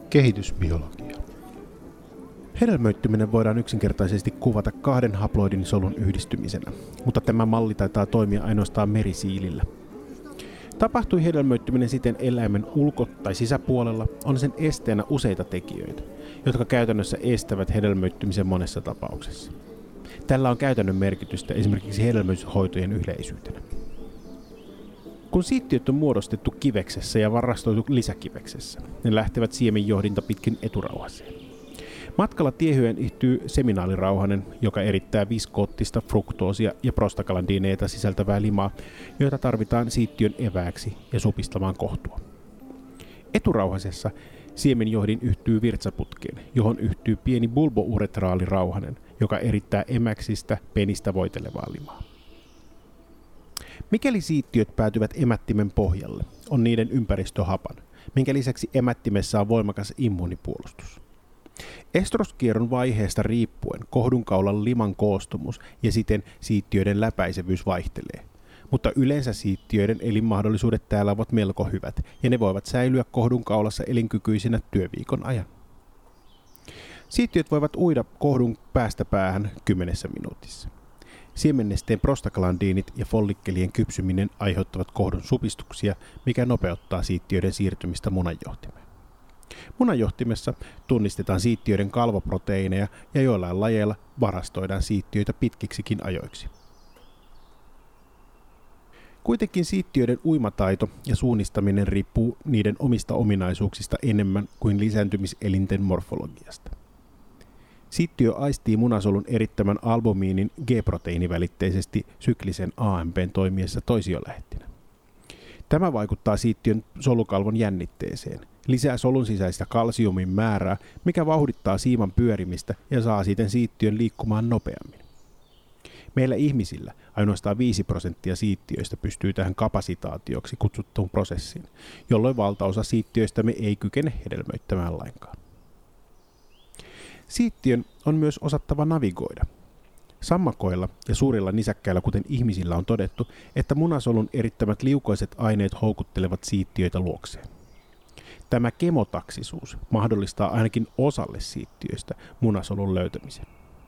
Kehitysbiologia. Hedelmöittyminen voidaan yksinkertaisesti kuvata kahden haploidin solun yhdistymisenä, mutta tämä malli taitaa toimia ainoastaan merisiilillä. Tapahtui hedelmöittyminen siten eläimen ulko- tai sisäpuolella, on sen esteenä useita tekijöitä, jotka käytännössä estävät hedelmöittymisen monessa tapauksessa. Tällä on käytännön merkitystä esimerkiksi hedelmöityshoitojen yleisyytenä. Kun siittiöt on muodostettu kiveksessä ja varastoitu lisäkiveksessä, ne lähtevät siemenjohdinta pitkin eturauhaseen. Matkalla tiehyen ihtyy seminaalirauhanen, joka erittää viskoottista fruktoosia ja prostaglandiineita sisältävää limaa, joita tarvitaan siittiön evääksi ja supistamaan kohtua. Eturauhasessa siemenjohdin yhtyy virtsaputkeen, johon yhtyy pieni bulbouretraalirauhanen, joka erittää emäksistä penistä voitelevaa limaa. Mikäli siittiöt päätyvät emättimen pohjalle, on niiden ympäristö hapan, minkä lisäksi emättimessä on voimakas immuunipuolustus. Estroskierron vaiheesta riippuen kohdunkaulan liman koostumus ja siten siittiöiden läpäisevyys vaihtelee, mutta yleensä siittiöiden elinmahdollisuudet täällä ovat melko hyvät ja ne voivat säilyä kohdunkaulassa elinkykyisinä työviikon ajan. Siittiöt voivat uida kohdun päästä päähän 10 minuutissa. Siemennesteen prostaglandiinit ja follikkelien kypsyminen aiheuttavat kohdun supistuksia, mikä nopeuttaa siittiöiden siirtymistä munanjohtimeen. Munanjohtimessa tunnistetaan siittiöiden kalvoproteiineja ja joillain lajeilla varastoidaan siittiöitä pitkiksikin ajoiksi. Kuitenkin siittiöiden uimataito ja suunnistaminen riippuu niiden omista ominaisuuksista enemmän kuin lisääntymiselinten morfologiasta. Siittiö aistii munasolun erittämän albumiinin G-proteiinivälitteisesti syklisen AMP:n toimiessa toisiolähettinä. Tämä vaikuttaa siittiön solukalvon jännitteeseen, lisää solun sisäistä kalsiumin määrää, mikä vauhdittaa siiman pyörimistä ja saa siten siittiön liikkumaan nopeammin. Meillä ihmisillä ainoastaan 5% siittiöistä pystyy tähän kapasitaatioksi kutsuttuun prosessiin, jolloin valtaosa siittiöistämme ei kykene hedelmöittämään lainkaan. Siittiön on myös osattava navigoida. Sammakoilla ja suurilla nisäkkäillä, kuten ihmisillä, on todettu, että munasolun erittämät liukoiset aineet houkuttelevat siittiöitä luokseen. Tämä kemotaksisuus mahdollistaa ainakin osalle siittiöistä munasolun löytämisen.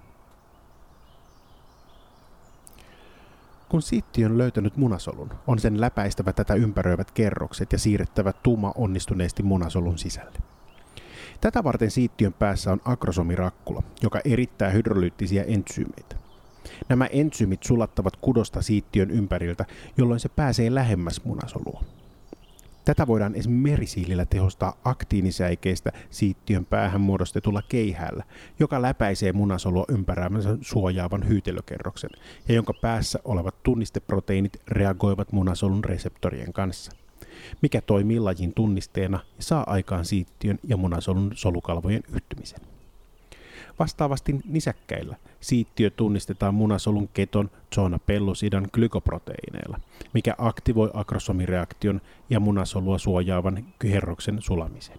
Kun siittiö on löytänyt munasolun, on sen läpäistävä tätä ympäröivät kerrokset ja siirrettävä tuuma onnistuneesti munasolun sisälle. Tätä varten siittiön päässä on akrosomirakkula, joka erittää hydrolyyttisiä entsyymeitä. Nämä entsyymit sulattavat kudosta siittiön ympäriltä, jolloin se pääsee lähemmäs munasolua. Tätä voidaan esimerkiksi merisiilillä tehostaa aktiinisäikeistä siittiön päähän muodostetulla keihäällä, joka läpäisee munasolua ympäräämänsä suojaavan hyytelökerroksen ja jonka päässä olevat tunnisteproteiinit reagoivat munasolun reseptorien kanssa, mikä toimii lajin tunnisteena ja saa aikaan siittiön ja munasolun solukalvojen yhtymisen. Vastaavasti nisäkkäillä siittiö tunnistetaan munasolun keton zoonapellusidan glykoproteiineilla, mikä aktivoi akrosomireaktion ja munasolua suojaavan kerroksen sulamisen.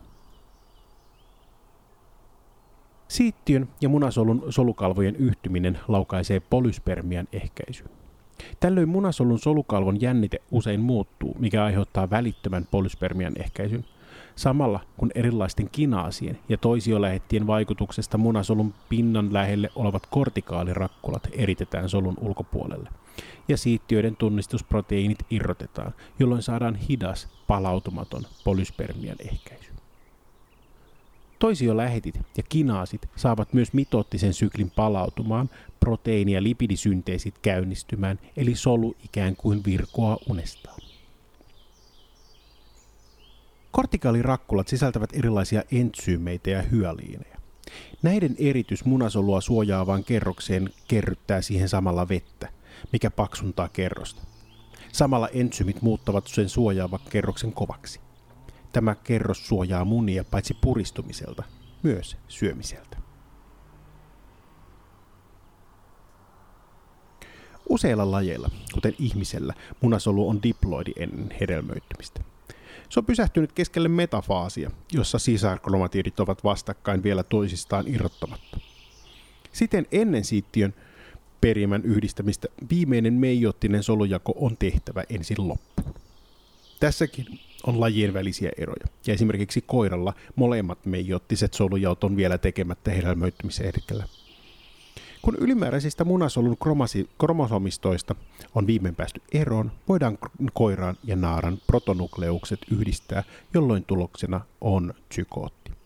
Siittiön ja munasolun solukalvojen yhtyminen laukaisee polyspermian ehkäisyyn. Tällöin munasolun solukalvon jännite usein muuttuu, mikä aiheuttaa välittömän polyspermian ehkäisyn, samalla kun erilaisten kinaasien ja toisiolähettien vaikutuksesta munasolun pinnan lähelle olevat kortikaalirakkulat eritetään solun ulkopuolelle, ja siittiöiden tunnistusproteiinit irrotetaan, jolloin saadaan hidas, palautumaton polyspermian ehkäisy. Toisiolähetit ja kinaasit saavat myös mitoottisen syklin palautumaan, proteiini- ja lipidisynteesit käynnistymään, eli solu ikään kuin virkoaa unestaan. Kortikaalirakkulat sisältävät erilaisia entsyymeitä ja hyaliineja. Näiden eritys munasolua suojaavaan kerrokseen kerryttää siihen samalla vettä, mikä paksuntaa kerrosta. Samalla entsyymit muuttavat sen suojaavan kerroksen kovaksi. Tämä kerros suojaa munia paitsi puristumiselta, myös syömiseltä. Useilla lajeilla, kuten ihmisellä, munasolu on diploidi ennen hedelmöittymistä. Se on pysähtynyt keskelle metafaasia, jossa sisarkromatiidit ovat vastakkain vielä toisistaan irrottamatta. Siten ennen siittiön perimän yhdistämistä viimeinen meiottinen solujako on tehtävä ensin loppuun. Tässäkin on lajien välisiä eroja, ja esimerkiksi koiralla molemmat meiottiset solujaot on vielä tekemättä hedelmöittymishetkellä. Kun ylimääräisistä munasolun kromosomistoista on viimein päästy eroon, voidaan koiran ja naaran protonukleukset yhdistää, jolloin tuloksena on zygootti.